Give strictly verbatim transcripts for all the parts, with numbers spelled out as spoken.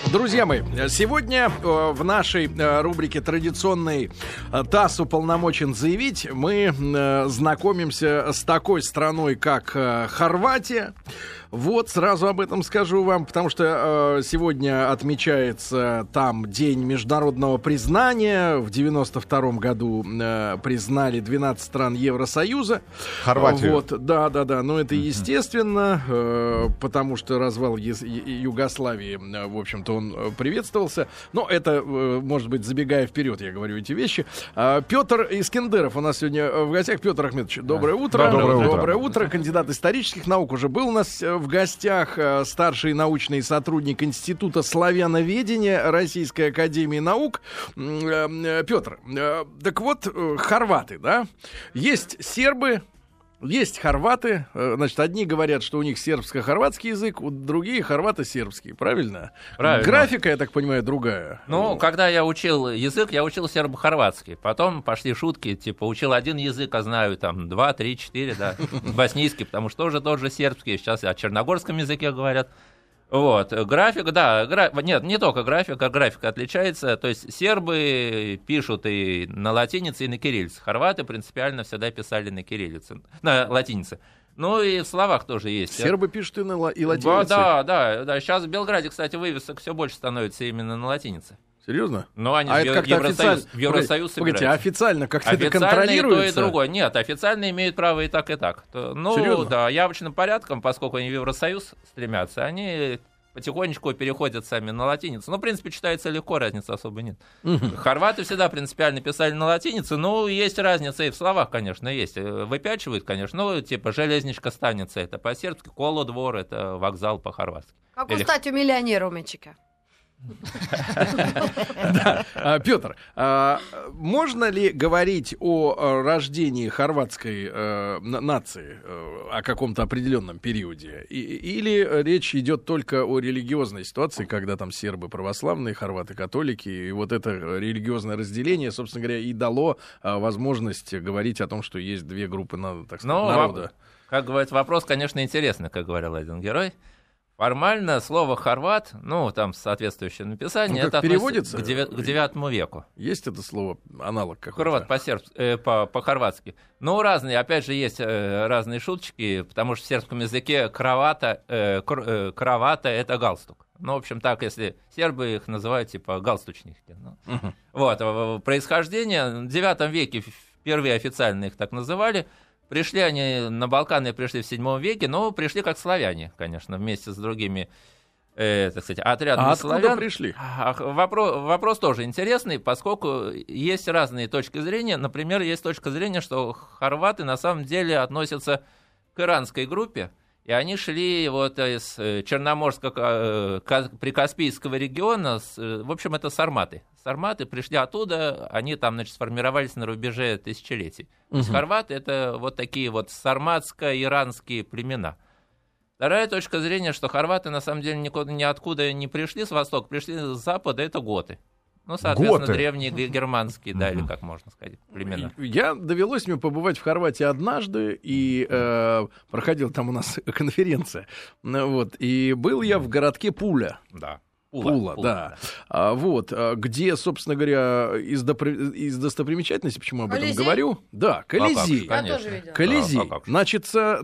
Друзья мои, сегодня в нашей рубрике традиционной «ТАСС уполномочен заявить» мы знакомимся с такой страной, как Хорватия. Вот, сразу об этом скажу вам, потому что э, сегодня отмечается там День международного признания. В девяносто втором году э, признали двенадцать стран Евросоюза. Хорватию. Вот, да, да, да. Но это естественно, э, потому что развал Е- Югославии, э, в общем-то, он приветствовался. Но это, э, может быть, забегая вперед, я говорю эти вещи. Э, Петр Искендеров у нас сегодня в гостях. Петр Ахметович, доброе утро. Доброе утро. Доброе утро. Кандидат исторических наук уже был у нас в гостях, старший научный сотрудник Института славяноведения Российской академии наук. Петр, так вот, хорваты, да? Есть сербы, есть хорваты. Значит, одни говорят, что у них сербско-хорватский язык, у других хорвато-сербский, правильно? Правильно. Графика, я так понимаю, другая. Ну, когда я учил язык, я учил сербо-хорватский. Потом пошли шутки, типа, учил один язык, а знаю там два, три, четыре, да, боснийский, потому что тоже тот же сербский. Сейчас о черногорском языке говорят. Вот, графика, да, гра... нет, не только графика, графика отличается, то есть сербы пишут и на латинице, и на кириллице, хорваты принципиально всегда писали на кириллице, на латинице. Ну и в словах тоже есть. Сербы пишут и на ла... и латинице? Да, да, да, сейчас в Белграде, кстати, вывесок все больше становится именно на латинице. Серьезно? Ну, они а в, это как-то Евросоюз, в Евросоюз погодите, собираются. а официально как-то официально это контролируется? и то, и другое. Нет, официально имеют право и так, и так. Ну, Серьезно? да, явочным порядком, поскольку они в Евросоюз стремятся, они потихонечку переходят сами на латиницу. Ну, в принципе, читается легко, разницы особо нет. Угу. Хорваты всегда принципиально писали на латинице, ну, есть разница и в словах, конечно, есть. Выпячивают, конечно, ну, типа, железничка станица, это по-сербски, колодвор, это вокзал по-хорватски. Как Или... устать у миллионера у мальчика? Петр, можно ли говорить о рождении хорватской нации о каком-то определенном периоде? Или речь идет только о религиозной ситуации, когда там сербы православные, хорваты католики, и вот это религиозное разделение, собственно говоря, и дало возможность говорить о том, что есть две группы, так сказать, ну, народа? Как говорит, вопрос, конечно, интересный, как говорил один герой. Формально слово «хорват», ну, там соответствующее написание, ну, это переводится к, девя- к девятому веку. Есть это слово, аналог какой-то? Хорват по-серб... э, по- по-хорватски. Ну, разные, опять же, есть э, разные шуточки, потому что в сербском языке кравата, э, кр- э, кравата — это галстук. Ну, в общем, так, если сербы их называют, типа, галстучники. Ну. Uh-huh. Вот, происхождение в девятом веке впервые официально их так называли. Пришли они на Балканы, пришли в седьмом веке, но пришли как славяне, конечно, вместе с другими, э, так сказать, отрядами а славян. Откуда пришли? Вопрос, вопрос тоже интересный, поскольку есть разные точки зрения. Например, есть точка зрения, что хорваты на самом деле относятся к иранской группе, и они шли вот из Черноморского, Прикаспийского региона, в общем, это сарматы. Сарматы пришли оттуда, они там, значит, сформировались на рубеже тысячелетий. То есть хорваты — это вот такие вот сарматско-иранские племена. Вторая точка зрения, что хорваты на самом деле никуда, ниоткуда не пришли с востока, пришли с запада, это готы. Ну, соответственно, готы. Древние германские, да, или как можно сказать, племена. Я довелось мне побывать в Хорватии однажды, и э, проходила там у нас конференция. Вот, и был я в городке Пуля. Да. Пула, Пула, Пула, да. да. А, вот, где, собственно говоря, из, допри... из достопримечательностей, почему об этом Колизей? говорю? Да, Колизей. А как? Я тоже видела. Колизей. А, а как же? Значит,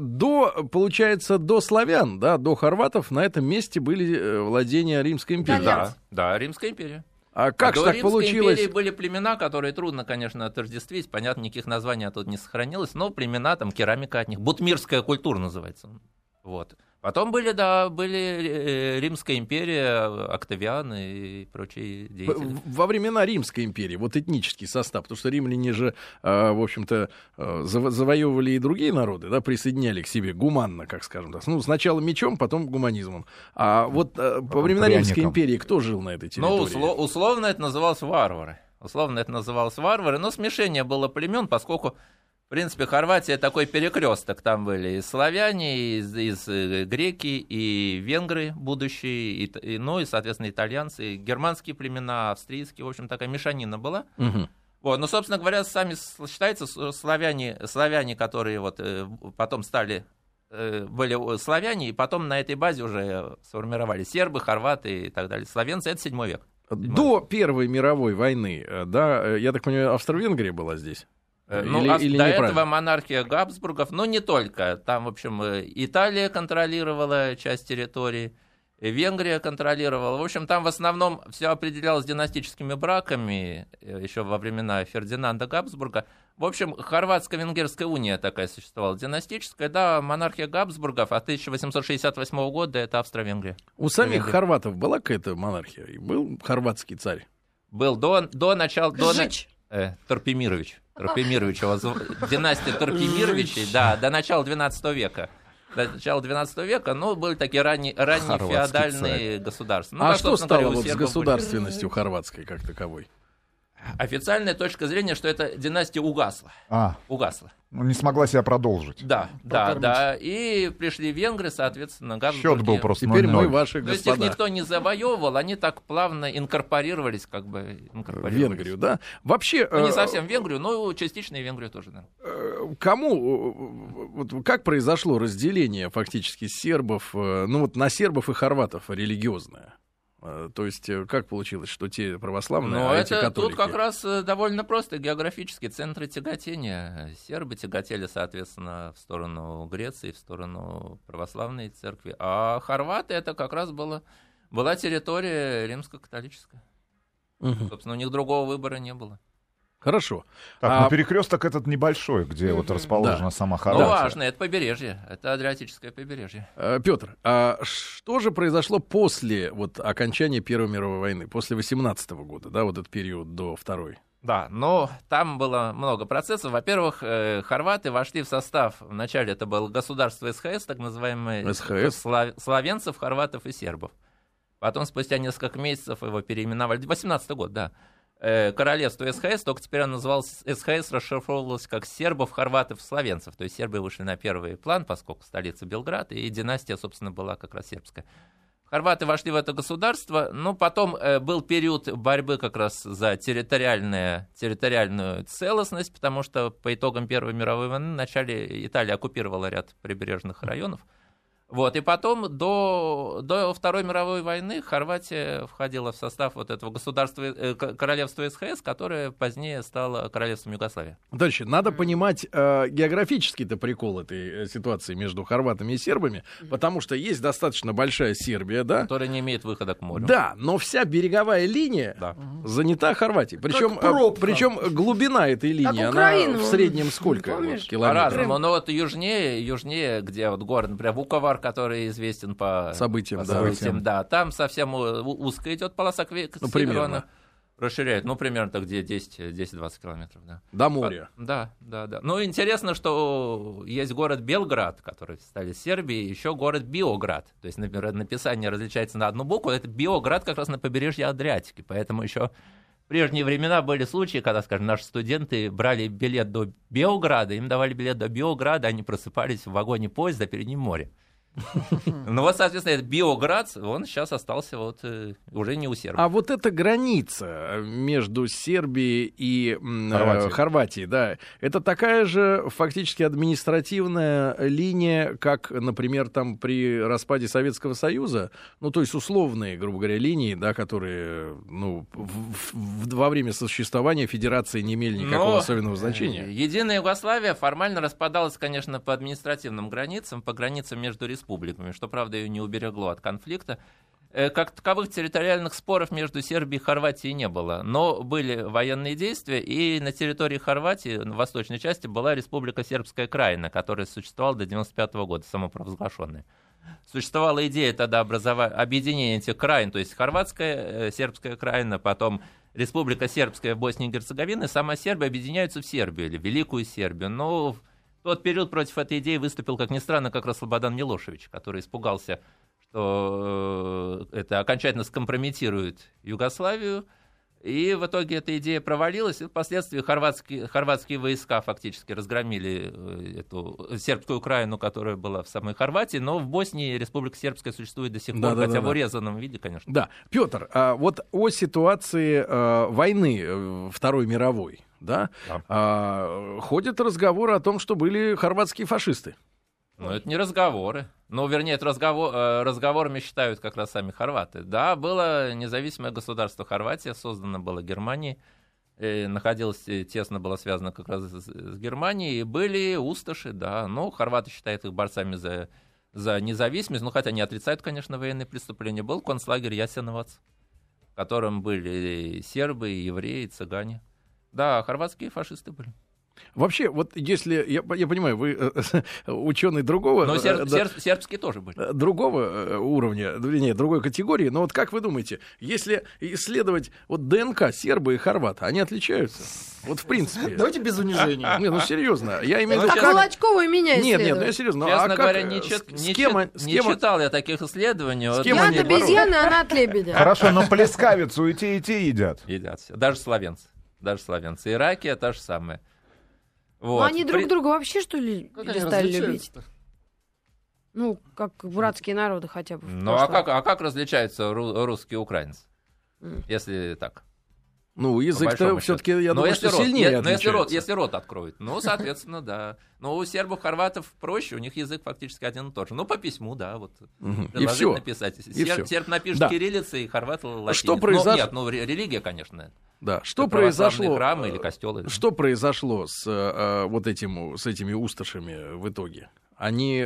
до, получается, до славян, да, до хорватов на этом месте были владения Римской империи. Итальянцы. Да, да, Римская империя. А как До же так Римской получилось? империи были племена, которые трудно, конечно, отождествить. Понятно, никаких названий тут не сохранилось, но племена, там, керамика от них. Бутмирская культура называется. Вот. Потом были, да, были Римская империя, Октавиан и прочие деятели. Во времена Римской империи, вот этнический состав, потому что римляне же, в общем-то, завоевывали и другие народы, да, присоединяли к себе гуманно, как скажем так. Ну, сначала мечом, потом гуманизмом. А вот потом во времена пряником. Римской империи кто жил на этой территории? Ну, усло- условно это называлось варвары. Условно это называлось варвары, но смешение было племен, поскольку, в принципе, Хорватия такой перекресток. Там были и славяне, и из, из греки, и венгры будущие, и, и, ну и, соответственно, итальянцы, и германские племена, австрийские. В общем, такая мешанина была. Угу. Вот, но, собственно говоря, сами считается, славяне, славяне, которые вот потом стали были славяне, и потом на этой базе уже сформировались сербы, хорваты и так далее. Словенцы — это седьмой век. седьмой До век. Первой мировой войны, да, я так понимаю, Австро-Венгрия была здесь? Ну, или, а или до этого монархия Габсбургов, но не только. Там, в общем, Италия контролировала часть территории, Венгрия контролировала. В общем, там в основном все определялось династическими браками, еще во времена Фердинанда Габсбурга. В общем, хорватско-венгерская уния такая существовала, династическая. Да, монархия Габсбургов от тысяча восемьсот шестьдесят восьмого года — это Австро-Венгрия. У самих хорватов была какая-то монархия? И был хорватский царь? Был до, до начала... До, э, Торпемирович. Торпемирович, его зв... династия Торпемировичей, да, до начала двенадцатого века. До начала двенадцатого века, ну, были такие ранние, ранние феодальные царь. Государства. Ну, а как, что стало говоря, вот с государственностью были? Хорватской как таковой? Официальная точка зрения, что эта династия угасла. А. Угасла. Ну, не смогла себя продолжить. Да, да, да. И пришли венгры, соответственно, Габсбурги. Счет был просто Теперь ноль-ноль. мы ваши господа. То есть их никто не завоевывал, они так плавно инкорпорировались, как бы инкорпорировались. Венгрию, да? Вообще... Ну, не совсем Венгрию, но частично и Венгрию тоже, да. Кому, вот как произошло разделение фактически сербов, ну вот на сербов и хорватов религиозное? То есть как получилось, что те православные, Но а это, эти католики? Тут как раз довольно просто географические центры тяготения. Сербы тяготели, соответственно, в сторону Греции, в сторону православной церкви. А хорваты — это как раз было, была территория римско-католическая. Угу. Собственно, у них другого выбора не было. Хорошо. Так, а... но перекресток этот небольшой, где mm-hmm. вот расположена да. сама Хорватия. Ну, важно, это побережье, это Адриатическое побережье. А, Петр, а что же произошло после вот окончания Первой мировой войны, после восемнадцатого года, да, вот этот период до Второй? Да, но там было много процессов. Во-первых, э, хорваты вошли в состав, вначале это было государство СХС, так называемое, СХС. Слав... славянцев, хорватов и сербов. Потом, спустя несколько месяцев, его переименовали, восемнадцатый год, да. Королевство СХС, только теперь оно называлось СХС, расшифровывалось как сербов, хорватов, словенцев. То есть сербы вышли на первый план, поскольку столица Белград, и династия, собственно, была как раз сербская. Хорваты вошли в это государство, но потом э, был период борьбы как раз за территориальную, территориальную целостность, потому что по итогам Первой мировой войны вначале Италия оккупировала ряд прибрежных районов. Вот, и потом до, до Второй мировой войны Хорватия входила в состав вот этого государства, э, королевства СХС, которое позднее стало королевством Югославии. Дальше, надо понимать э, географический-то прикол этой э, ситуации между хорватами и сербами, потому что есть достаточно большая Сербия, да? Которая не имеет выхода к морю. Да, но вся береговая линия да. занята Хорватией. Причем, э, причем глубина этой линии, она в среднем сколько вот, километров? По-разному, но вот южнее, южнее, где вот город, например, Вуковар, который известен по событиям, по да. событиям да. Там совсем узко идет полоса к ну, северу, она расширяет, ну, примерно так, где десять-двадцать километров, да. До моря. А, да, да, да. Ну, интересно, что есть город Белград, который в столе Сербии, еще город Биоград. То есть, например, написание различается на одну букву, это Биоград как раз на побережье Адриатики, поэтому еще в прежние времена были случаи, когда, скажем, наши студенты брали билет до Белграда, им давали билет до Биограда, они просыпались в вагоне поезда, а перед ним море. Ну вот, соответственно, этот Биоград, он сейчас остался вот э, уже не у сербов. А вот эта граница между Сербией и э, Хорватией, да, это такая же фактически административная линия, как, например, там при распаде Советского Союза, ну то есть условные, грубо говоря, линии, да, которые, ну, в, в, во время существования Федерации не имели никакого Но особенного значения. Единая Югославия формально распадалась, конечно, по административным границам, по границам между республиками. Республиками, что, правда, ее не уберегло от конфликта. Как таковых территориальных споров между Сербией и Хорватией не было, но были военные действия, и на территории Хорватии, в восточной части, была Республика Сербская Краина, которая существовала до девяносто пятого года, самопровозглашенная. Существовала идея тогда образования, объединения этих краин, то есть хорватская, сербская краина, потом Республика Сербская в Боснии и Герцеговине, сама Сербия объединяются в Сербию, или Великую Сербию, но в тот период против этой идеи выступил, как ни странно, как раз Слободан Милошевич, который испугался, что это окончательно скомпрометирует Югославию, и в итоге эта идея провалилась, и впоследствии хорватские, хорватские войска фактически разгромили эту сербскую Украину, которая была в самой Хорватии, но в Боснии Республика Сербская существует до сих пор, да, хотя да, да, в урезанном виде, конечно. Да, Петр, а вот о ситуации а, войны Второй мировой, да, да. А, ходят разговоры о том, что были хорватские фашисты. Ну, это не разговоры. Ну, вернее, это разговор, разговорами считают как раз сами хорваты. Да, было независимое государство Хорватия, создано было Германией, находилось, тесно было связано как раз с, с Германией, и были усташи, да. Ну, хорваты считают их борцами за, за независимость, ну, хотя не отрицают, конечно, военные преступления. Был концлагерь Ясеновац, в котором были и сербы, и евреи, и цыгане. Да, хорватские фашисты были. Вообще, вот если, я, я понимаю, вы э, ученый другого... Но серб, э, серб, сербские тоже были. Другого уровня, вернее, другой категории. Но вот как вы думаете, если исследовать вот ДНК серба и хорвата, они отличаются? Вот в принципе. Давайте без унижения. Не, ну серьезно. Я имею в виду, а как... Волочкова и меня исследуют. Нет, нет, ну я серьезно. Честно а говоря, как... не, чит, с не, кем, чит, с не кем... читал я таких исследований. С Вот кем Я они от обезьяны, она от лебедя. Хорошо, но плескавицу и те, и те едят. Едят все. Даже славянцы. Даже славянцы. Иракия та же самая. Вот. Ну, они друг При... друга вообще, что ли, Как перестали любить? Ну, как братские народы хотя бы. Ну, а как, а как различаются ру- русские и украинцы? Mm. Если так. Ну, язык-то все-таки, я но думаю, если что рот, сильнее я, отличается. но если рот, если рот откроет, ну, соответственно, да. Но у сербов, хорватов проще, у них язык фактически один и тот же. Ну, по письму, да, вот. И все. Написать. И Серб, все. серб напишет да. кириллицей, хорват латиницей. Что произошло? Ну, нет, ну, религия, конечно. Да, что произошло? Храмы или костелы. Что произошло с э, вот этим, с этими усташами в итоге? Они,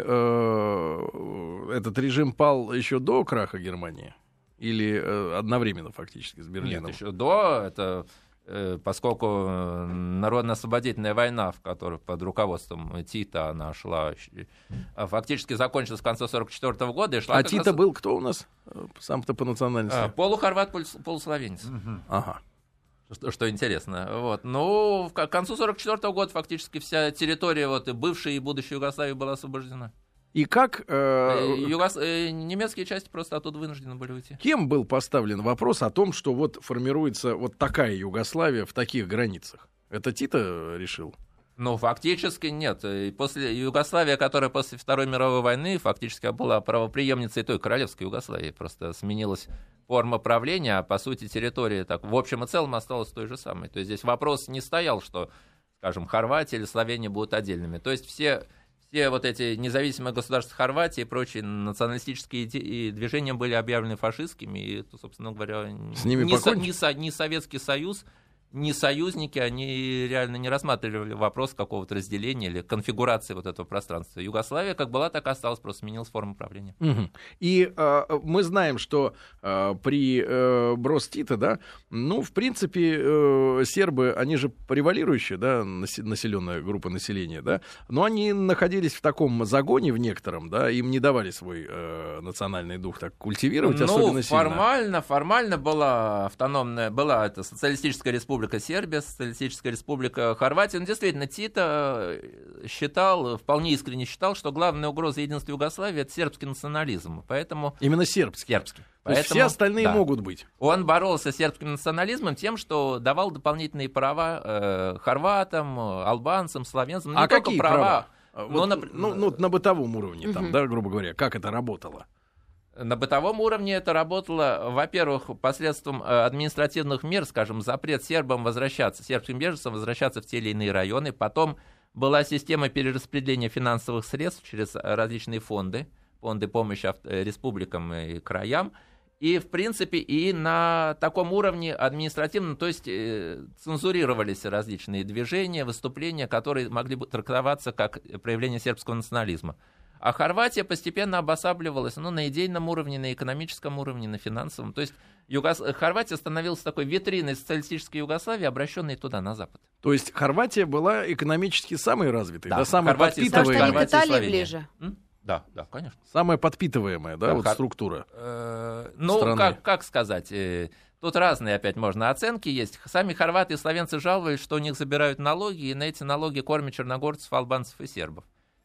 э, этот режим пал еще до краха Германии? Или э, одновременно фактически с Берлином? Нет, еще до, это... поскольку народно-освободительная война, в которой под руководством Тита она шла, фактически закончилась в конце сорок четвёртого года. И шла а Тита раз... был кто у нас? Сам-то по национальности? А, полухорват, полусловенец. Угу. Ага. Что, что интересно. Вот. Ну, к концу сорок четвёртого года фактически вся территория вот, и бывшей и будущей Югославии была освобождена. И как... Э, Югос... Немецкие части просто оттуда вынуждены были уйти. Кем был поставлен вопрос о том, что вот формируется вот такая Югославия в таких границах? Это Тита решил? Ну, фактически нет. И после Югославия, которая после Второй мировой войны фактически была правопреемницей той королевской Югославии, просто сменилась форма правления, а по сути территория так в общем и целом осталась той же самой. То есть здесь вопрос не стоял, что, скажем, Хорватия или Словения будут отдельными. То есть все... Все вот эти независимые государства Хорватии и прочие националистические движения были объявлены фашистскими, и, собственно говоря, с ними ни, со, ни, со, ни Советский Союз, ни союзники, они реально не рассматривали вопрос какого-то разделения или конфигурации вот этого пространства. Югославия как была, так и осталась, просто сменилась форма правления. Угу. И э, мы знаем, что э, при э, Брос Тита, да, ну, в принципе, э, сербы, они же превалирующая, да, населенная группа населения, да, но они находились в таком загоне в некотором, да, им не давали свой э, национальный дух так культивировать, ну, особенно сильно. формально, формально была автономная, была это социалистическая республика Сербия, Социалистическая республика Хорватия. Но действительно, Тита считал, вполне искренне считал, что главная угроза единства Югославии — это сербский национализм. Поэтому... Именно сербский. Сербский. То есть все остальные да. могут быть. Он боролся с сербским национализмом тем, что давал дополнительные права э, хорватам, албанцам, славянцам. А не какие только права? права? Но, вот, на... Ну, ну, на бытовом уровне, угу. там, да, грубо говоря, как это работало? На бытовом уровне это работало, во-первых, посредством административных мер, скажем, запрет сербам возвращаться, сербским беженцам возвращаться в те или иные районы. Потом была система перераспределения финансовых средств через различные фонды, фонды помощи республикам и краям. И, в принципе, и на таком уровне административном, то есть э, цензурировались различные движения, выступления, которые могли бы трактоваться как проявление сербского национализма. А Хорватия постепенно обосабливалась, ну, на идейном уровне, на экономическом уровне, на финансовом. То есть Югос... Хорватия становилась такой витриной социалистической Югославии, обращенной туда, на запад. То есть Хорватия была экономически самой развитой, да, да самой подпитываемой. Потому что они к Италии ближе. М? Да, да, конечно. Самая подпитываемая, да, да вот хор... структура э, Ну, как, как сказать... Э, Тут разные опять можно оценки есть. Сами хорваты и словенцы жаловались, что у них забирают налоги, и на эти налоги кормят черногорцев, албанцев и сербов.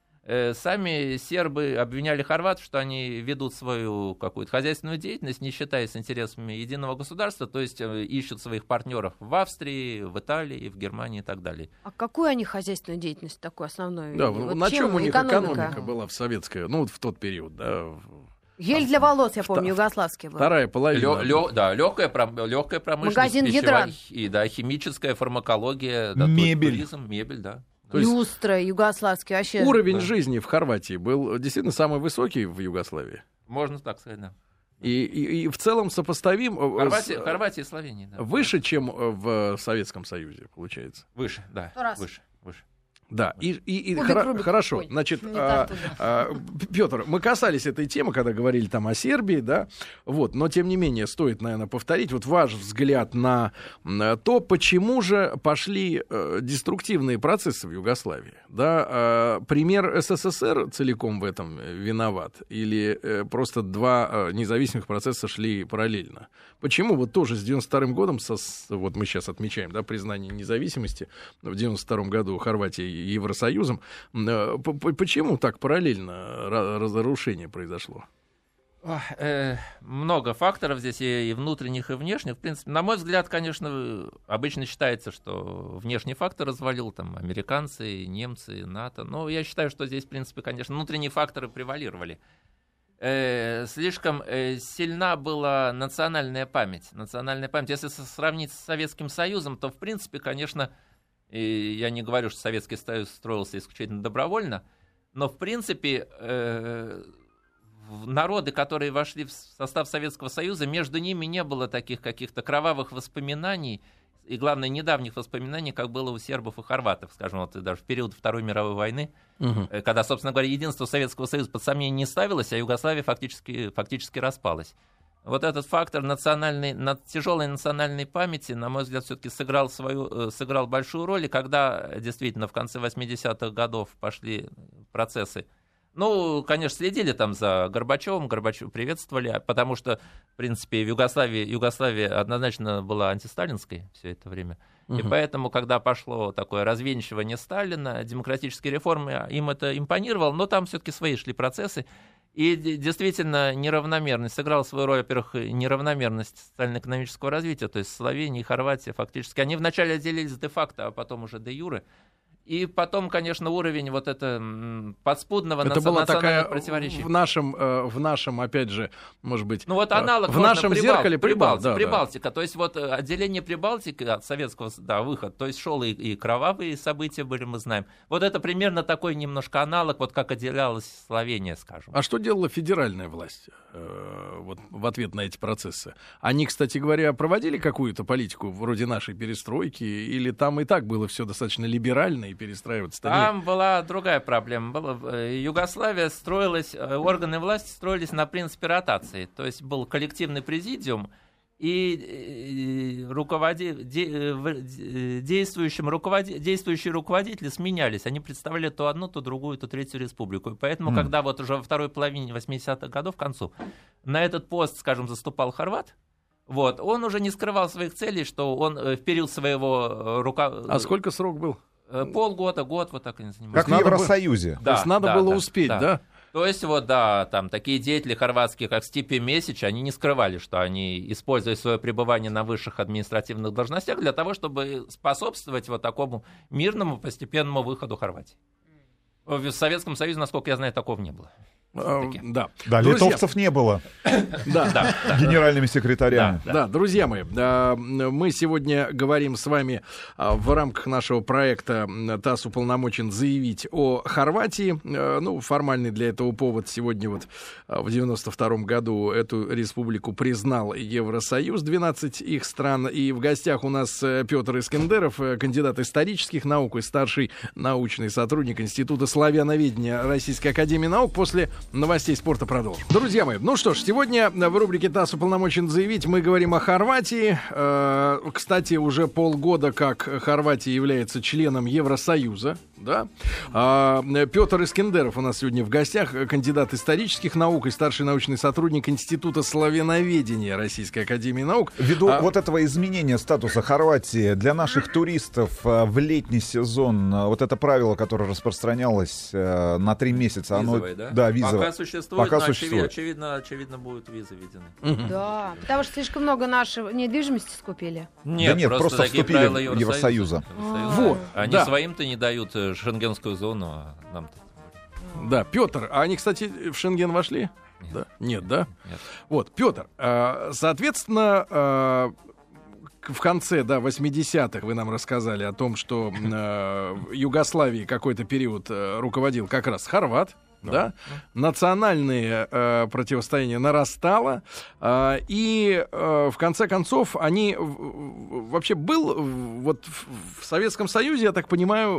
Сами сербы обвиняли хорватов, что они ведут свою какую-то хозяйственную деятельность, не считаясь интересами единого государства, то есть ищут своих партнеров в Австрии, в Италии, в Германии и так далее. А какую они хозяйственную деятельность такую основную? Да, вот на чем у них экономика? экономика была в советская, ну вот в тот период, да. Гель для волос, я помню, югославский был. Вторая половина. Лё, лё, да, легкая, легкая промышленность. Магазин ядра. И да, химическая фармакология. Да, мебель. Туризм, мебель, да. То То есть люстра, югославский, вообще. уровень Да. жизни в Хорватии был действительно самый высокий в Югославии. Можно так сказать, да. И, и, и в целом сопоставим э, Хорватия, с- Хорватия и Словения, да. выше, чем э, в Советском Союзе, получается. Выше, да. Сто раз. Выше, выше. Да, и, и, и Кубик хоро- Рубика. хорошо. Ой, Значит, не а, так туда. а, Петр, мы касались этой темы, когда говорили там о Сербии, да, вот, но тем не менее стоит, наверное, повторить вот ваш взгляд на, на то, почему же пошли э, деструктивные процессы в Югославии, да, а, пример СССР целиком в этом виноват или э, просто два э, независимых процесса шли параллельно? Почему вот тоже с девяносто вторым годом, со, с- вот мы сейчас отмечаем, да, признание независимости в девяносто втором году Хорватии Евросоюзом. Э, п- п- Почему так параллельно ра- разрушение произошло? Ох, э, много факторов здесь, и, и внутренних, и внешних. В принципе, на мой взгляд, конечно, обычно считается, что внешний фактор развалил, там, американцы, немцы, НАТО. Но я считаю, что здесь, в принципе, конечно, внутренние факторы превалировали. Э, слишком э, сильна была национальная память. Национальная память. Если со- сравнить с Советским Союзом, то, в принципе, конечно, и я не говорю, что Советский Союз строился исключительно добровольно, но, в принципе, э, в- народы, которые вошли в состав Советского Союза, между ними не было таких каких-то кровавых воспоминаний, и, главное, недавних воспоминаний, как было у сербов и хорватов, скажем, вот даже в период Второй мировой войны, э, когда, собственно говоря, единство Советского Союза под сомнение не ставилось, а Югославия фактически, фактически распалась. Вот этот фактор национальной, на, тяжелой национальной памяти, на мой взгляд, все-таки сыграл, свою, э, сыграл большую роль, и когда действительно в конце восьмидесятых годов пошли процессы, ну, конечно, следили там за Горбачевым, Горбачева приветствовали, потому что, в принципе, в Югославии, Югославия однозначно была антисталинской все это время. И поэтому, когда пошло такое развенчивание Сталина, демократические реформы, им это импонировало, но там все-таки свои шли процессы. И д- действительно неравномерность сыграла свою роль, во-первых, неравномерность социально-экономического развития, то есть Словения и Хорватия фактически. Они вначале отделились де-факто, а потом уже де-юре. И потом, конечно, уровень вот это м, подспудного Это наци- была национального такая противоречия. в нашем, э, в нашем, опять же, может быть, Ну вот э, аналог в можно нашем Прибал- зеркале Прибал, Прибалтика, да, да. Прибалтика. То есть вот э, отделение Прибалтики от советского, да, выход, то есть шел и, и кровавые события были, мы знаем. Вот это примерно такой немножко аналог, вот как отделялась Словения, скажем. А что делала федеральная власть э, вот, в ответ на эти процессы? Они, кстати говоря, проводили какую-то политику вроде нашей перестройки, или там и так было все достаточно либерально и перестраиваться-то Там была другая проблема. Была, э, Югославия строилась, э, органы власти строились на принципе ротации. То есть был коллективный президиум, и э, руководи, де, э, в- э, действующим руководи, действующие руководители сменялись. Они представляли то одну, то другую, то третью республику. И поэтому, Мгм. когда вот уже во второй половине восьмидесятых годов, к концу, на этот пост, скажем, заступал хорват, вот, он уже не скрывал своих целей, что он э, в период своего руководства... А сколько срок был? Полгода, год, вот так они занимались. Как в надо было- Евросоюзе. То есть надо было успеть, да? То есть вот, да, там такие деятели хорватские, как Стипе Месич, они не скрывали, что они используют свое пребывание на высших административных должностях для того, чтобы способствовать вот такому мирному постепенному выходу Хорватии. В Советском Союзе, насколько я знаю, такого не было. А, Всё-таки. да. Да, Друзья, литовцев не было да. Да, да. генеральными секретарями. Да. Да, друзья мои, а, мы сегодня говорим с вами а, в рамках нашего проекта м, ТАСС уполномочен заявить о Хорватии. А, Ну, формальный для этого повод. Сегодня вот а, в девяносто втором году эту республику признал Евросоюз, двенадцать их стран. И в гостях у нас э, Петр Искендеров, э, кандидат исторических наук и старший научный сотрудник Института славяноведения Российской академии наук. После новостей спорта продолжим. Друзья мои, ну что ж, сегодня в рубрике «ТАСС уполномочен заявить» мы говорим о Хорватии. Э, Кстати, уже полгода как Хорватия является членом Евросоюза. Да? А, Петр Искендеров у нас сегодня в гостях, кандидат исторических наук и старший научный сотрудник Института славяноведения Российской академии наук. Ввиду А- вот этого изменения статуса Хорватии для наших туристов э, в летний сезон, э, вот это правило, которое распространялось э, на три месяца, оно, Визовые, да? да, визовое. Пока существует, Пока но существует. Очевидно, очевидно, будут визы введены. Да, потому что слишком много нашей недвижимости скупили. Нет, нет, просто такие вступили правила в Евросоюза. Евросоюза. Вот, Они да. своим-то не дают э, шенгенскую зону, а нам-то. Да, Петр, а они, кстати, в Шенген вошли? Нет. Да? Нет, да? Нет. Вот, Петр, э, соответственно, э, в конце, да, восьмидесятых вы нам рассказали о том, что э, Югославии какой-то период э, руководил как раз хорват. Да. Да? Национальное э, противостояние нарастало, э, и э, в конце концов они в, вообще был вот в, в Советском Союзе, я так понимаю,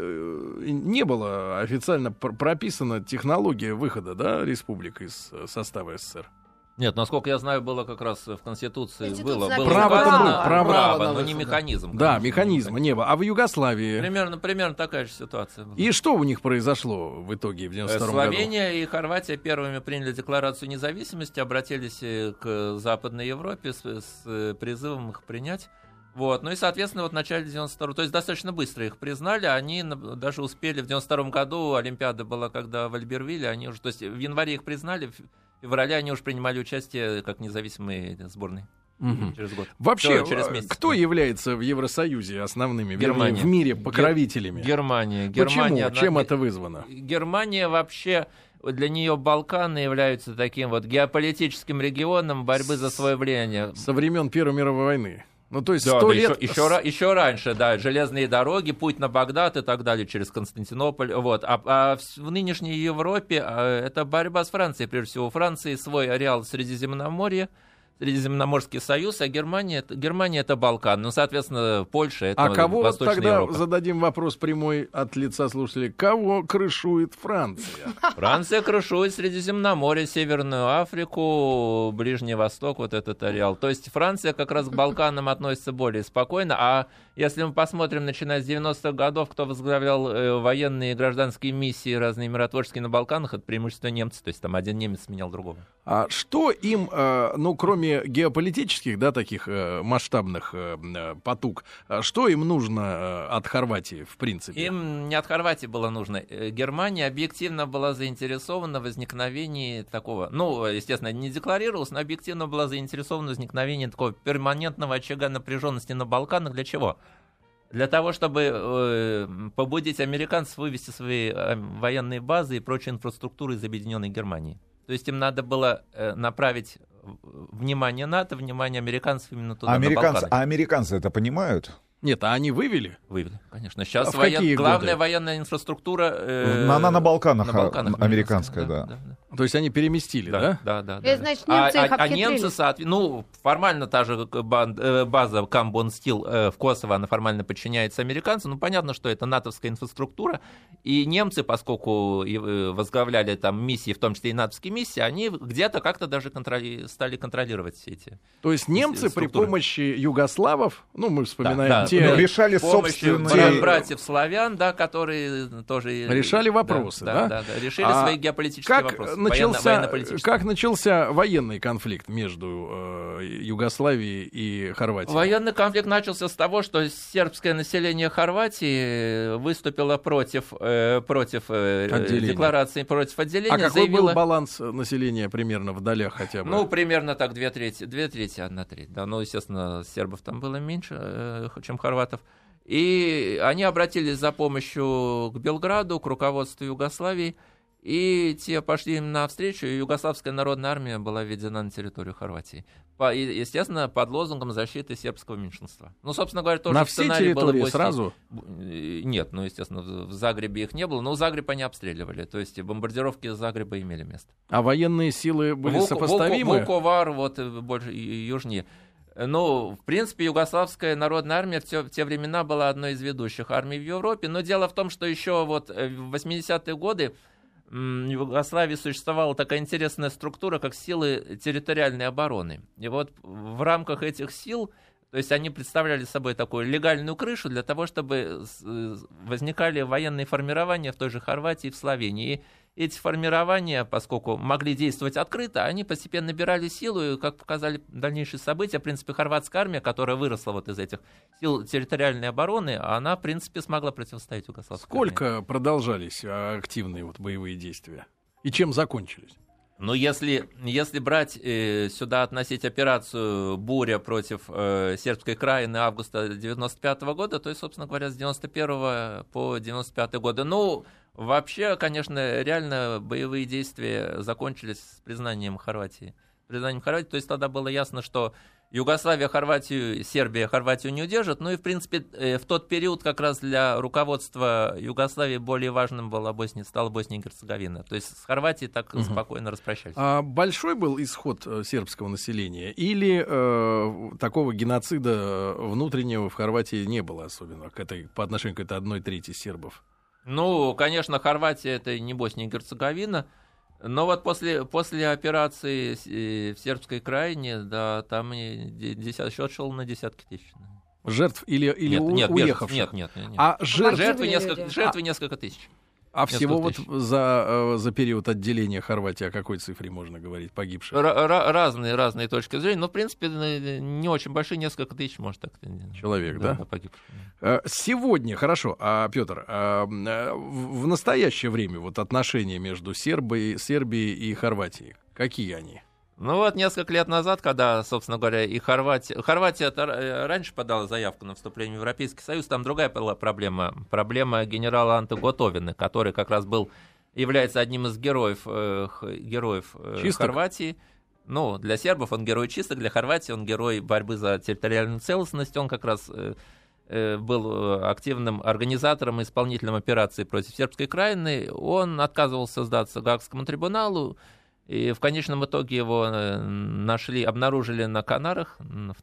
э, не было официально пр- прописана технология выхода, да, республик из состава СССР. Нет, насколько я знаю, было как раз в Конституции, Конституция было, написано было право, указано право, право, право, право но на не выход, механизм. Да, конечно, механизма не было. А в Югославии? Примерно, примерно такая же ситуация была. И что у них произошло в итоге в девяносто втором году? Словения и Хорватия первыми приняли декларацию независимости, обратились к Западной Европе с, с призывом их принять. Вот. Ну и, соответственно, вот в начале девяносто второго, то есть достаточно быстро их признали, они даже успели, в девяносто втором году Олимпиада была, когда в Альбервилле, они уже, то есть в январе их признали, в феврале они уже принимали участие как независимые сборные. Угу. Через год. Вообще, Все, через месяц. кто является в Евросоюзе основными, Германия. вернее, в мире покровителями? Германия. Почему? Германия одна... Чем это вызвано? Германия вообще, для нее Балканы являются таким вот геополитическим регионом борьбы за свое влияние. Со времен Первой мировой войны. Ну, то есть Да, сто да, лет... еще, еще, еще раньше, да, железные дороги, путь на Багдад и так далее, через Константинополь. Вот. А, а в, в нынешней Европе а, это борьба с Францией, прежде всего. У Франции свой ареал Средиземноморья, Средиземноморский союз, а Германия, Германия это Балкан. Ну, соответственно, Польша это А кого Восточная тогда Европа. Зададим вопрос прямой от лица слушателей. Кого крышует Франция? Франция крышует Средиземноморье, Северную Африку, Ближний Восток, вот этот ареал. То есть Франция как раз к Балканам относится более спокойно. А если мы посмотрим, начиная с девяностых годов, кто возглавлял э, военные и гражданские миссии разные миротворческие на Балканах, это преимущество немцы. То есть там один немец сменял другого. А что им, э, ну, кроме геополитических, да, таких э, масштабных э, э, потуг, э, что им нужно э, от Хорватии, в принципе? Им не от Хорватии было нужно. Э, Германия объективно была заинтересована в возникновении такого, ну, естественно, не декларировалось, но объективно была заинтересована в возникновении такого перманентного очага напряженности на Балканах. Для чего? Для того, чтобы э, побудить американцев вывести свои э, военные базы и прочую инфраструктуру из Объединенной Германии. То есть им надо было э, направить внимание НАТО, внимание американцев именно туда, американцы, на Балканы. А американцы это понимают? Нет, а они вывели? Вывели, конечно. Сейчас А в воен... какие главная годы? военная инфраструктура... Э... Она на Балканах, на Балканах а, американская, да. да, да. То есть они переместили, да? Да, да, да. Это да. значит, А- немцы а, их а обхитрили. немцы, соответ- ну, формально та же бан- э, база Камбон-Стил э, в Косово, она формально подчиняется американцам. Ну, понятно, что это натовская инфраструктура. И немцы, поскольку э, возглавляли там миссии, в том числе и натовские миссии, они где-то как-то даже контроли- стали контролировать все эти. То есть немцы при структуры. помощи югославов, ну, мы вспоминаем Да, да. те... Ну, решали С помощью собственные... бра- братьев славян, да, которые тоже... Решали вопросы, да? Да, да, да, решили А свои геополитические Как вопросы. начался, военно- военно-политические. как начался военный конфликт между э, Югославией и Хорватией? Военный конфликт начался с того, что сербское население Хорватии выступило против, э, против э, Отделения. декларации, против отделения. А какой заявило, был баланс населения примерно в долях хотя бы? Ну, примерно так, две трети, две трети, одна треть. Да, ну, естественно, сербов там было меньше, э, чем хорватов. И они обратились за помощью к Белграду, к руководству Югославии, и те пошли им навстречу, и Югославская народная армия была введена на территорию Хорватии. По, и, естественно, под лозунгом защиты сербского меньшинства. Ну, собственно говоря, тоже на все сценарий был и территории Боснии. сразу? Нет, ну, естественно, в в Загребе их не было, но Загреб они обстреливали, то есть бомбардировки Загреба имели место. А военные силы были Вук- сопоставимы? Вук- Вуковар, вот э, больше ю- южнее. Ну, в принципе, Югославская народная армия в те, в те времена была одной из ведущих армий в Европе, но дело в том, что еще вот э, в восьмидесятые годы м, в Югославии существовала такая интересная структура, как силы территориальной обороны. И вот в рамках этих сил, то есть они представляли собой такую легальную крышу для того, чтобы с- э, возникали военные формирования в той же Хорватии и в Словении. И эти формирования, поскольку могли действовать открыто, они постепенно набирали силу, и, как показали дальнейшие события, в принципе, хорватская армия, которая выросла вот из этих сил территориальной обороны, она, в принципе, смогла противостоять югославской армии. Сколько продолжались а, активные вот боевые действия? И чем закончились? Ну, если, если брать э, сюда, относить операцию «Буря» против э, сербской краины августа девяносто пятого года, то есть, собственно говоря, с девяносто первого по девяносто пятый годы. Ну, вообще, конечно, реально боевые действия закончились с признанием Хорватии. Признанием Хорватии, то есть тогда было ясно, что Югославия, Хорватию, Сербия, Хорватию не удержат. Ну и, в принципе, в тот период как раз для руководства Югославии более важным была Босния, стала Босния и Герцеговина. То есть с Хорватией так угу. спокойно распрощались. А большой был исход сербского населения? Или э, такого геноцида внутреннего в Хорватии не было особенно к этой, по отношению к этой одной трети сербов? Ну, конечно, Хорватия — это не Босния и Герцеговина. Но вот после, после операции в Сербской Крайне, да, там десят, счет шел на десятки тысяч. Жертв или, или нет, у, нет, уехавших? Нет, нет, нет. нет. А жертв... жертвы, несколько, жертвы а, несколько тысяч. А несколько всего тысяч. вот за, за период отделения Хорватии о какой цифре можно говорить, погибших? Р- разные, разные точки зрения, но, в принципе, не очень большие, несколько тысяч, может, так. Человек, да? да? Погибших. Сегодня, хорошо, а, Петр, а, в настоящее время вот отношения между Сербией, Сербией и Хорватией, какие они? Ну вот несколько лет назад, когда, собственно говоря, и Хорватия... Хорватия раньше подала заявку на вступление в Европейский Союз, там другая была проблема. Проблема генерала Анте Готовины, который как раз был, является одним из героев, э, героев э, Хорватии. Ну, для сербов он герой чисток, для Хорватии он герой борьбы за территориальную целостность. Он как раз э, э, был активным организатором и исполнителем операции против Сербской Крайины. Он отказывался сдаться Гаагскому трибуналу. И в конечном итоге его нашли, обнаружили на Канарах,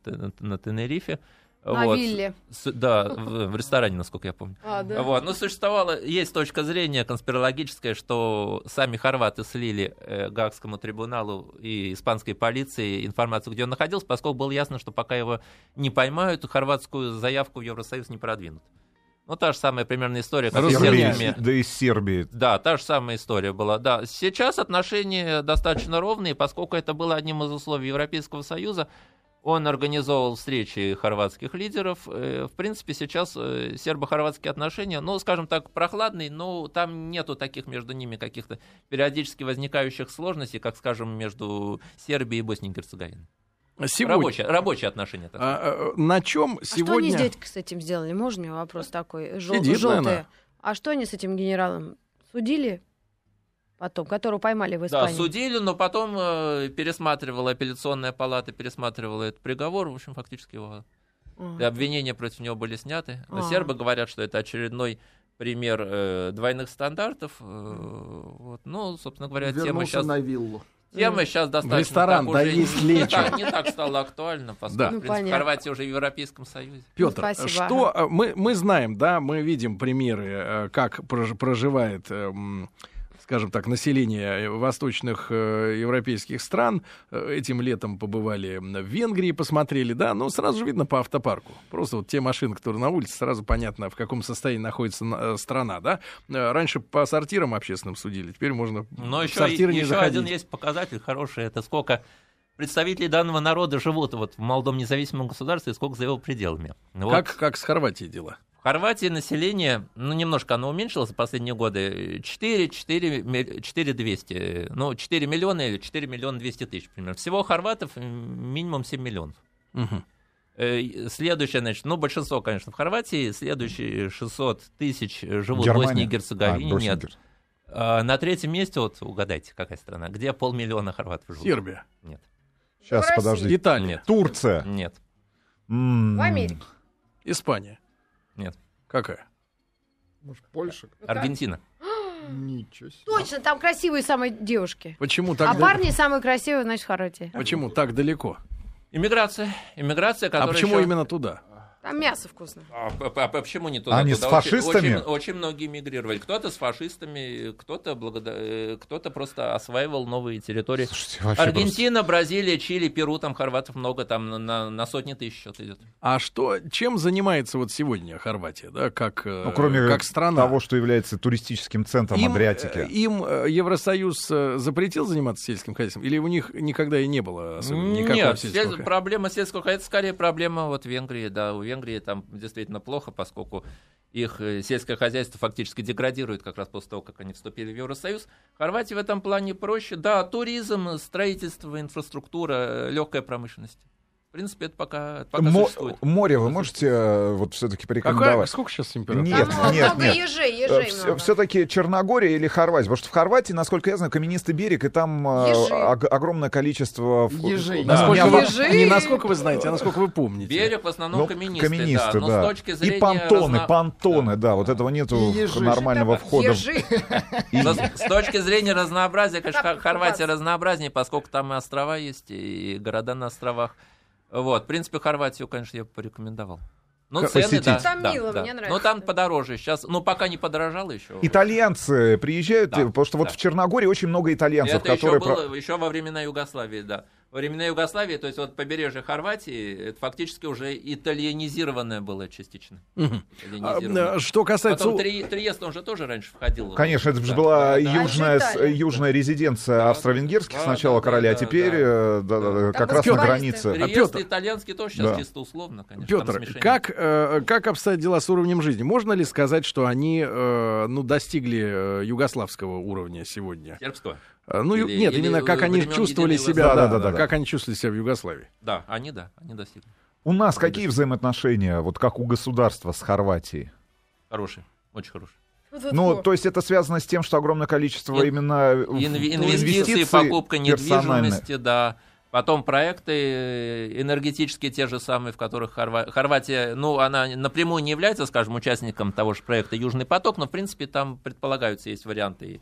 на Тенерифе. На вот. вилле. С, да, в, в ресторане, насколько я помню. А, да. Вот. Но существовала, есть точка зрения конспирологическая, что сами хорваты слили э, Гаагскому трибуналу и испанской полиции информацию, где он находился, поскольку было ясно, что пока его не поймают, хорватскую заявку в Евросоюз не продвинут. Ну, та же самая примерно история, как с сербами. Да и с Сербией. Да, та же самая история была. Да, сейчас отношения достаточно ровные, поскольку это было одним из условий Европейского Союза. Он организовал встречи хорватских лидеров. В принципе, сейчас сербо-хорватские отношения, ну, скажем так, прохладные, но там нету таких между ними каких-то периодически возникающих сложностей, как, скажем, между Сербией и Боснией и Герцеговиной. Сегодня... Рабочие, рабочие отношения. Так а, на чем сегодня... А что они с дядькой с этим сделали? Можно мне вопрос такой? Жел... Сидит, Желтые. наверное. А что они с этим генералом? Судили потом, которого поймали в Испании? Да, судили, но потом э, пересматривала апелляционная палата, пересматривала этот приговор. В общем, фактически его а. обвинения против него были сняты. А. Сербы говорят, что это очередной пример э, двойных стандартов. Э, вот. Ну, собственно говоря, Вернулся тема сейчас... на виллу. Тема сейчас достаточно... В ресторан, так, да, уже есть не, лечо. так, не так стало актуально, поскольку, да. в Ну, принципе, Хорватия уже в Европейском Союзе. Петр, ну, что мы, мы знаем, да, мы видим примеры, как проживает, скажем так, население восточных европейских стран. Этим летом побывали в Венгрии, посмотрели, да, но сразу же видно по автопарку. Просто вот те машины, которые на улице, сразу понятно, в каком состоянии находится страна, да. Раньше по сортирам общественным судили, теперь можно но в еще, сортиры не еще заходить. один есть показатель хороший, это сколько представителей данного народа живут вот в молодом независимом государстве и сколько за его пределами. Вот. Как, как с Хорватией дела? В Хорватии население, ну, немножко оно уменьшилось за последние годы, четыре двести, ну, четыре миллиона или четыре миллиона двести тысяч, примерно. Всего хорватов минимум семь миллионов. Угу. Следующее, значит, ну, большинство, конечно, в Хорватии, следующие шестьсот тысяч живут Германия? в Боснии и Герцеговине, а, нет. А на третьем месте, вот угадайте, какая страна, где полмиллиона хорватов живут? Сербия. Нет. Сейчас, В подожди. Италия. Нет. Турция. Нет. М-м. В Америке. Испания. Нет. Какая? Может, Польша? Аргентина. Ничего себе. Точно, там красивые самые девушки. Почему так, А да- парни самые красивые, значит, в Хорватии. Почему так далеко? Иммиграция. Иммиграция, А которая почему еще- именно туда? Там мясо вкусно. А, а- а почему не туда? Они Туда с фашистами? Очень, очень многие мигрировали. Кто-то с фашистами, кто-то, благодар... э, кто-то просто осваивал новые территории. Слушайте, вообще Аргентина, Бразилия, Чили, Перу, там хорватов много, там на, на, на сотни тысяч счет идет. А что, чем занимается вот сегодня Хорватия, да, как, э, Ну, кроме как страна? того, что является туристическим центром Им, Адриатики. э, им э, Евросоюз э, запретил заниматься сельским хозяйством? Или у них никогда и не было особенно никакого Нет, сельского сель- хозяйства? проблема сельского хозяйства скорее проблема вот Венгрии. Да, у Венгрии там действительно плохо, поскольку их э, сельское хозяйство фактически деградирует как раз после того, как они вступили в Евросоюз. Хорватия в этом плане проще. Да, туризм, строительство, инфраструктура, легкая промышленность. В принципе, это пока, это пока Мо- существует. Море вы можете э, вот все-таки Какая, порекомендовать? сколько сейчас температура? Нет, Там нет, много нет. ежей, ежей Все, много. все-таки Черногория или Хорватия? Потому что в Хорватии, насколько я знаю, каменистый берег, и там э, Ежи. ог- огромное количество... в- Ежей. Да. Насколько Не, вы- Ежи. не насколько вы знаете, а насколько вы помните. Берег в основном ну, каменистый, каменистый, да. да. Но с точки зрения И понтоны, разно- понтоны, да. Вот этого нету И ежи. нормального входа. Ежи. И- Но с, с точки зрения разнообразия, конечно, Как Хор- Хорватия купаться? разнообразнее, поскольку там и острова есть, и города на островах. Вот, в принципе, Хорватию, конечно, я бы порекомендовал. Ну, Х- цены, посетить. да. Там да, мило, да. мне нравится. Но там подороже сейчас. Ну, пока не подорожало еще. Итальянцы приезжают, Да, потому что вот да. в Черногории очень много итальянцев, Это еще которые... про- было еще во времена Югославии, да. Во времена Югославии, то есть вот побережье Хорватии, это фактически уже итальянизированное было частично. Мгм. Итальянизированное. А, Что касается... Потом Три- Триест, он же тоже раньше входил. Конечно, это же Да, была да, да. южная, с- Италия. южная резиденция Да. австро-венгерских Да, сначала да, короля, а да, теперь да. э, да, да, да, Там как раз на баскетболисты. границе. А, Триест Пётр? итальянский тоже сейчас Да. чисто условно, конечно. Петр, там смешение. как, э, как обстоят дела с уровнем жизни? Можно ли сказать, что они э, ну, достигли э, югославского уровня сегодня? Сербского? Э, Ну, ю- Или- нет, или именно как они времен чувствовали единой себя, Югославии. да, Да, да, да, да, как да. они чувствовали себя в Югославии. Да, они да, они достигли. У нас какие взаимоотношения, вот как у государства с Хорватией? Хорошие, очень хорошие. Ну, то есть это связано с тем, что огромное количество Ин- именно в- Инв- ну, Инвестиции, покупка персональные. недвижимости, да. Потом проекты э, энергетические те же самые, в которых Хорва- Хорватия, ну, она напрямую не является, скажем, участником того же проекта «Южный поток», но, в принципе, там предполагаются, есть варианты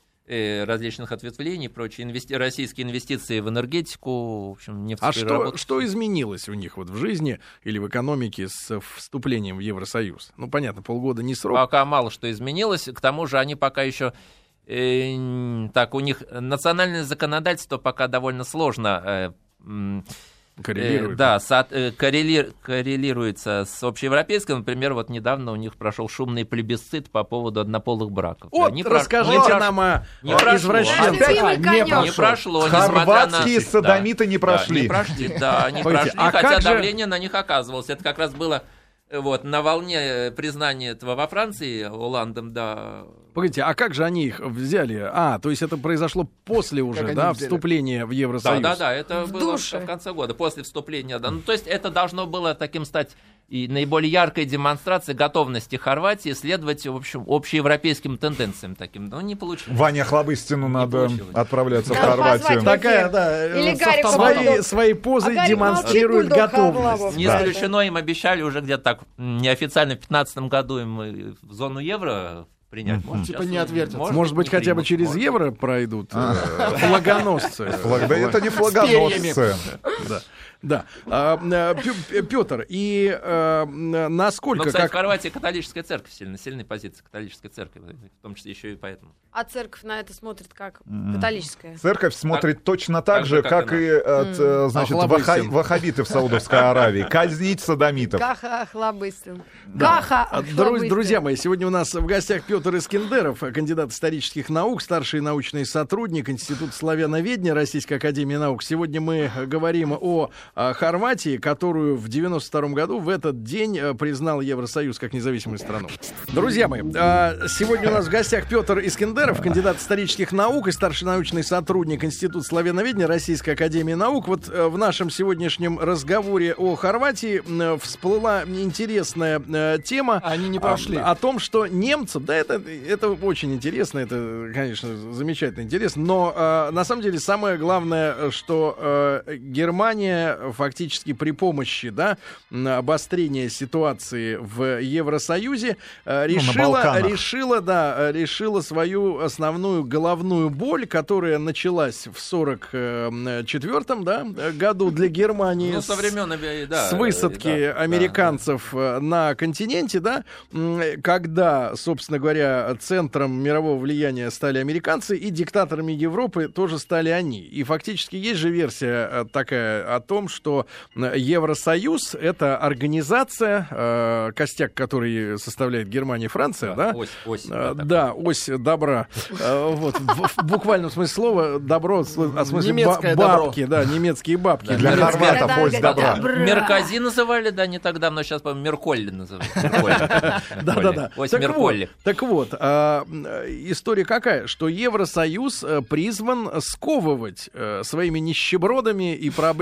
э, различных ответвлений и прочие. Инвести- российские инвестиции в энергетику, в общем, А что, нефтепереработку. что изменилось у них вот в жизни или в экономике с вступлением в Евросоюз? Ну, понятно, полгода не срок. Пока мало что изменилось. К тому же они пока еще... э, н- так, у них национальное законодательство пока довольно сложно... э, м, Коррелирует. Э, да, со- э, коррели- коррелируется с общеевропейским. Например, вот недавно у них прошел шумный плебисцит по поводу однополых браков. Вот, Да, не про- расскажите не прош- нам о не прошло. извращенцах. Наш любимый не конёк. Не прошло, несмотря на... Хорватские Да. содомиты не Да, прошли. не прошли, да, они Погодите, прошли, а хотя как же- давление на них оказывалось. Это как раз было э, вот, на волне э, признания этого во Франции Оландом, да. Погодите, а как же они их взяли? А, то есть это произошло после уже, они да, взяли? вступления в Да, Евросоюз? да, да, это В было душе. в конце года, после вступления. Да. Ну, то есть это должно было таким стать и наиболее яркой демонстрацией готовности Хорватии следовать, в общем, общеевропейским тенденциям таким. Но не получилось. Ване Охлобыстину надо получилось. отправляться в Надо Хорватию. позвать. Такая, да, Или э, Гарика свои, Бульдог. свои позы А Гарик демонстрирует молчит, Бульдог готовность. Харлапов. Не Да. исключено, им обещали уже где-то так м, неофициально в пятнадцатом году им и в зону евро принять. Может, Типа сейчас не и- отвертятся. Может быть, не хотя бы примут. через Может. евро пройдут э, флагоносцы. Флаг- Да это не флагоносцы. Да, да. А, Петр, и э, Ну, насколько... кстати, в как... Хорватии католическая церковь сильно, сильная позиция католической церкви, в том числе еще и поэтому. А церковь на это смотрит как? М. Католическая. Церковь смотрит точно так так же, же, как как и и от, э, значит, Охлобыстин. ваха- ваххабиты в Саудовской Аравии. Казнить садомитов. Каха Охлобыстин. Да. Каха А, друз- Охлобыстин. Друзья мои, сегодня у нас в гостях Петр Искендеров, кандидат исторических наук, старший научный сотрудник Института славяноведения Российской академии наук. Сегодня мы говорим о, о Хорватии, которую в девяносто втором году в этот день э, признал Евросоюз как независимую страну. Друзья мои, а, сегодня у нас в гостях Петр Искендеров, кандидат исторических наук и старший научный сотрудник Института славяноведения Российской академии наук. Вот э, в нашем сегодняшнем разговоре о Хорватии э, всплыла интересная э, тема. Они не прошли. О, о том, что немцам, да, это, это очень интересно, это, конечно, замечательно интересно, но э, на самом деле самое главное, что э, Германия фактически при помощи, да, м, обострения ситуации в Евросоюзе э, Ну, на решила, Балканах. решила, да, э, решила свою основную головную боль, которая началась в сорок четвёртом, да, году для Германии. Ну, с- со времен, э, да. с высадки э, да, американцев э, на континенте, да, м, когда, собственно говоря, центром мирового влияния стали американцы, и диктаторами Европы тоже стали они. И фактически есть же версия э, такая о том, что э, Евросоюз — это организация, э, костяк которой составляет Германия и Франция, да, да, ось, ось, Э, да, да, ось добра. Э, Вот, в в буквальном смысле слова добро, с- а в смысле ба- Немецкое добро. бабки, да, немецкие бабки. Да, Для немецкая- хорватов Да, ось да, добра. да. Меркази называли, да, не так давно, сейчас, по-моему, Мерколли называют. Да-да-да. Ось Так вот, Мерколли. так вот, а, м, э, история какая? Что Евросоюз э, призван сковывать э, своими нищебродами и проблемами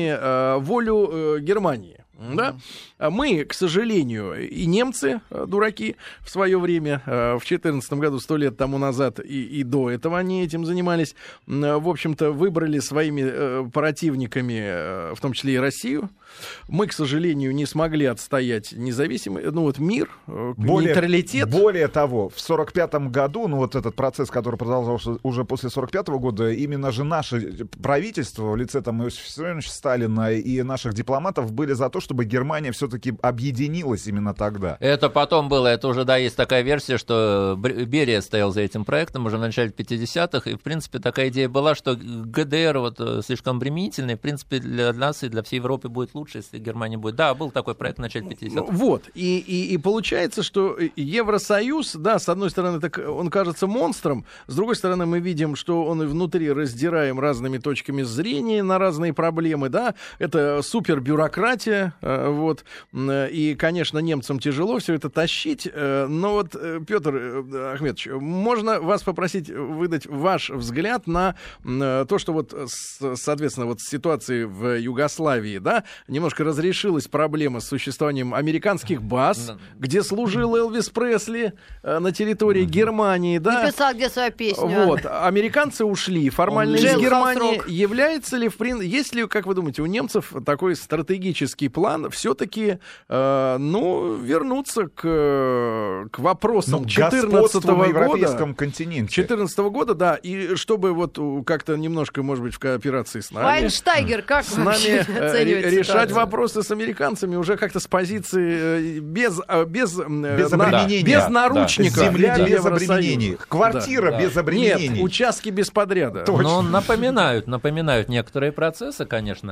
вами э, волю э, Германии. Да? Мы, к сожалению, и немцы, э, дураки, в свое время, э, в четырнадцатом году, сто лет тому назад, и, и до этого они этим занимались, э, в общем-то, выбрали своими э, противниками, э, в том числе и Россию. Мы, к сожалению, не смогли отстоять независимый, ну вот мир, э, более, нейтралитет. Более того, в сорок пятом году, ну вот этот процесс, который продолжался уже после сорок пятого года, именно же наше правительство в лице там Иосифа Виссарионовича Сталина и наших дипломатов были за то, чтобы Германия все-таки объединилась именно тогда. Это потом было, это уже, да, есть такая версия, что Берия стоял за этим проектом уже в начале пятидесятых, и, в принципе, такая идея была, что ГДР вот слишком обременительный, в принципе, для нас и для всей Европы будет лучше, если Германия будет. Да, был такой проект в начале пятидесятых. Вот, и, и, и получается, что Евросоюз, да, с одной стороны, так он кажется монстром, с другой стороны, мы видим, что он и внутри раздираем разными точками зрения на разные проблемы, да, это супербюрократия, вот, и, конечно, немцам тяжело все это тащить, но вот, Петр Ахметович, можно вас попросить выдать ваш взгляд на то, что вот, соответственно, вот ситуации в Югославии, да, немножко разрешилась проблема с существованием американских баз, где служил Элвис Пресли на территории Германии, да. И писал где свою песню. Вот, американцы ушли формально из Германии. Является ли, в принципе, есть ли, как вы думаете, у немцев такой стратегический план все-таки, э, ну, вернуться к, к вопросам четырнадцатого года? На европейском континенте. четырнадцатого года, да, и чтобы вот как-то немножко, может быть, в кооперации с нами... Вайнштайгер, как с нами э, решать вопросы с американцами уже как-то с позиции э, без, э, без, э, без, на, без наручников. Да. Земля без обременений. Квартира да. без обременений. Нет, участки без подряда. Но напоминают, напоминают некоторые процессы, конечно.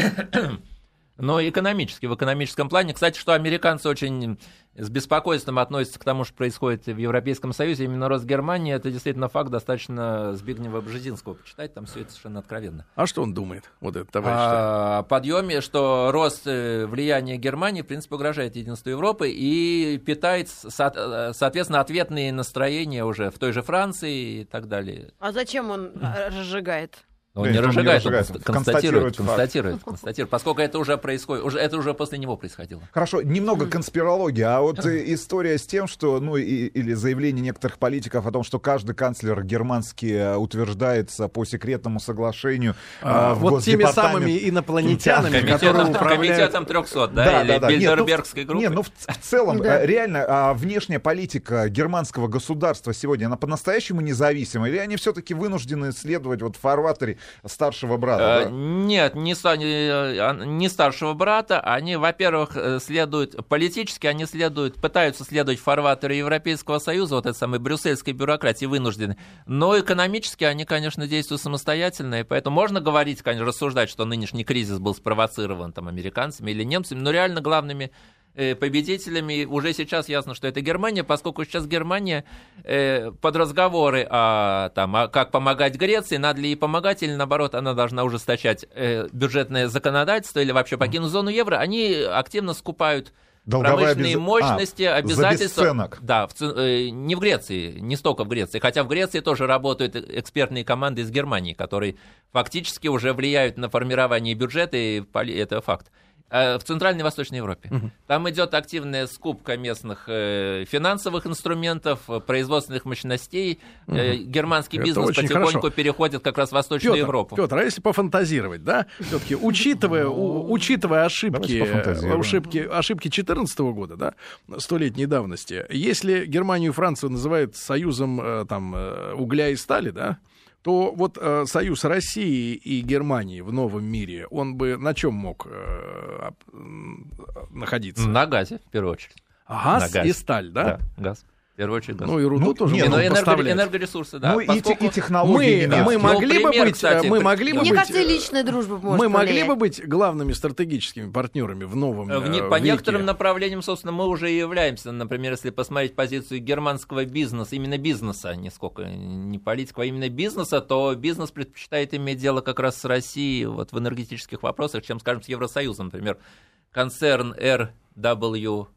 Но экономически, в экономическом плане. Кстати, что американцы очень с беспокойством относятся к тому, что происходит в Европейском Союзе. Именно рост Германии, это действительно факт, достаточно Збигнева Бжезинского почитать, там все это совершенно откровенно. А что он думает, вот этот товарищ? О подъеме, что рост влияния Германии, в принципе, угрожает единству Европы и питает, соответственно, ответные настроения уже в той же Франции и так далее. А зачем он разжигает? Он не разжигает, он констатирует, констатирует, констатирует, констатирует, поскольку это уже происходит, уже, это уже после него происходило. Хорошо, немного конспирологии, а вот история с тем, что, ну, и, или заявление некоторых политиков о том, что каждый канцлер германский утверждается по секретному соглашению а, в вот теми самыми инопланетянами, которые управляют... Комитетом трехсот, да, да или да, да. Бильдербергской группой. Нет, ну, в, в целом, да. реально, а, внешняя политика германского государства сегодня, она по-настоящему независима, или они все-таки вынуждены следовать вот в фарватере старшего брата, да? Нет, не, не, не старшего брата. Они, во-первых, следуют политически, они следуют, пытаются следовать фарватеру Европейского Союза, вот этой самой брюссельской бюрократии вынуждены. Но экономически они, конечно, действуют самостоятельно, и поэтому можно говорить, конечно, рассуждать, что нынешний кризис был спровоцирован там американцами или немцами, но реально главными победителями уже сейчас ясно, что это Германия, поскольку сейчас Германия э, под разговоры о, там, о как помогать Греции, надо ли ей помогать, или наоборот, она должна ужесточать э, бюджетное законодательство или вообще покинуть зону евро, они активно скупают долговая промышленные без... мощности, а, обязательства. Да, в, э, не в Греции, не столько в Греции, хотя в Греции тоже работают экспертные команды из Германии, которые фактически уже влияют на формирование бюджета, и это факт. В Центральной и Восточной Европе. Uh-huh. Там идет активная скупка местных э, финансовых инструментов, производственных мощностей. Uh-huh. Э, германский Это бизнес потихоньку хорошо. переходит как раз в Восточную Петр, Европу. Петр, а если пофантазировать, да, все-таки учитывая, у, учитывая ошибки, ошибки, ошибки четырнадцатого года, да, столетней давности, если Германию и Францию называют союзом э, там, угля и стали, да, то вот э, союз России и Германии в новом мире, он бы на чем мог э, находиться? На газе, в первую очередь. Газ и сталь, да? Да, газ. В первую очередь газ. Ну и руду ну, тоже нет, ну, можно энерго, энергоресурсы, да. Ну поскольку... и, и технологии. Мы, мы могли ну, бы пример, быть, кстати, мы могли бы Мне быть, кажется, личная дружба может мы могли повлиять. бы быть главными стратегическими партнерами в новом в не, э, По веке. некоторым направлениям, собственно, мы уже и являемся. Например, если посмотреть позицию германского бизнеса, именно бизнеса, не сколько, не политиков, а именно бизнеса, то бизнес предпочитает иметь дело как раз с Россией вот, в энергетических вопросах, чем, скажем, с Евросоюзом. Например, концерн эр дабл ю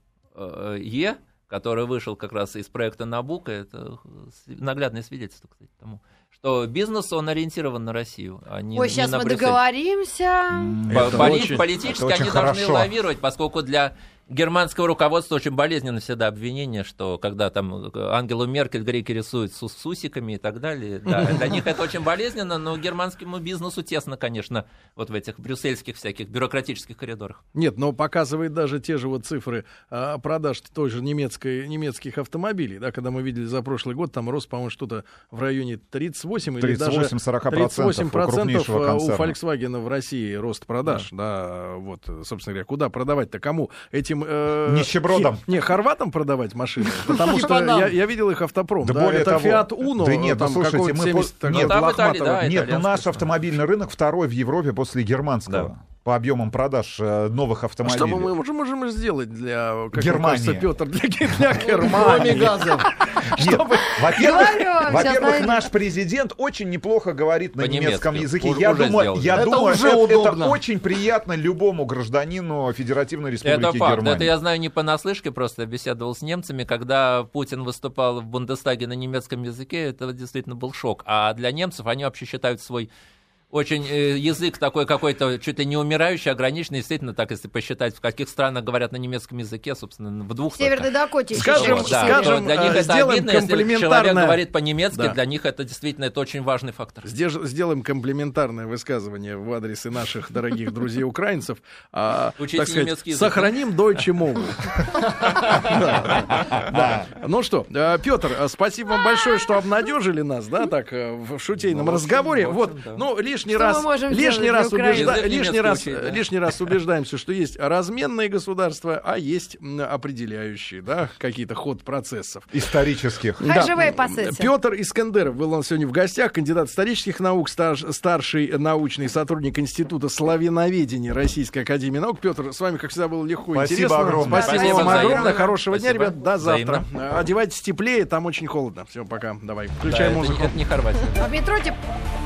и, который вышел как раз из проекта Набуко, это наглядное свидетельство, кстати, тому. что бизнес, он ориентирован на Россию, а не, Ой, не сейчас на мы Брюссель. договоримся. По- поли- очень- Политически это очень они хорошо. должны лавировать, поскольку для германского руководства очень болезненно всегда обвинение, что когда там Ангелу Меркель греки рисуют с, с усиками и так далее. Да, для них это очень болезненно, но германскому бизнесу тесно, конечно, вот в этих брюссельских всяких бюрократических коридорах. Нет, но показывает даже те же вот цифры а, продаж той же немецкой, немецких автомобилей, да, когда мы видели за прошлый год, там рост, по-моему, что-то в районе тридцать восемь или даже тридцать восемь-сорок тридцать восемь процентов крупнейшего у концерна. Volkswagen в России рост продаж, да, вот, собственно говоря, куда продавать-то, кому? Этим... Э, Нищебродам. хи- Не, хорватам продавать машины, потому что Ебанам. я, я видел их автопром, Да да, более это того- Fiat Uno, Да нет, ну там слушайте, какой-то мы семьдесят по- такой нет, там в Италии, лохматого. да, Нет, ну итальянская наш страна. автомобильный рынок второй в Европе после германского. Да. По объемам продаж э, новых А автомобилей. что мы можем, можем сделать для, как Германии. мне кажется, Петр, для, для Кроме Германии? газа. Нет, во-первых, Говорю вам, сейчас во-первых, найдем. наш президент очень неплохо говорит на По-немецки. немецком языке. Уже- Я уже думаю, сделали. я Это думаю, уже это, это удобно. очень приятно любому гражданину Федеративной Республики Это факт. Германия. Это я знаю не понаслышке, просто беседовал с немцами. Когда Путин выступал в Бундестаге на немецком языке, это действительно был шок. А для немцев они вообще считают свой очень э, язык такой какой-то чуть ли не умирающий, ограниченный. Действительно, так, если посчитать, в каких странах говорят на немецком языке, собственно, в двух В Северной только. Дакоте еще Скажем, очень Да, сильно. скажем, то для них э, это сделаем обидно, если человек комплиментарное- говорит по-немецки, Да. для них это действительно это очень важный фактор. Сдеж- Сделаем комплиментарное высказывание в адрес и наших дорогих друзей украинцев. А, Учите так сказать, немецкий язык. сохраним Deutsche Move. Да. Ну что, Петр, спасибо вам большое, что обнадежили нас, да, так, э, в шутейном разговоре. в общем, Вот, да. ну, лишний Что мы раз, можем лишний сделать раз для Украины? убежда- Язык лишний немецкий раз, учить, да. лишний раз убеждаемся, что есть разменные государства, а есть м, определяющие, да, какие-то ход процессов. Исторических. Хай живе пасеться. Петр Искандеров был у нас сегодня в гостях, кандидат исторических наук, стаж- старший научный сотрудник Института славяноведения Российской академии наук. Петр, с вами, как всегда, было легко и Спасибо интересно. огромное. Спасибо, Спасибо вам взаимно. огромное. Хорошего дня, Спасибо. ребят. До завтра. Взаимно. Одевайтесь теплее, там очень холодно. Все, пока. Давай. Да, Включай это- музыку. это не Хорватия. А в метро типа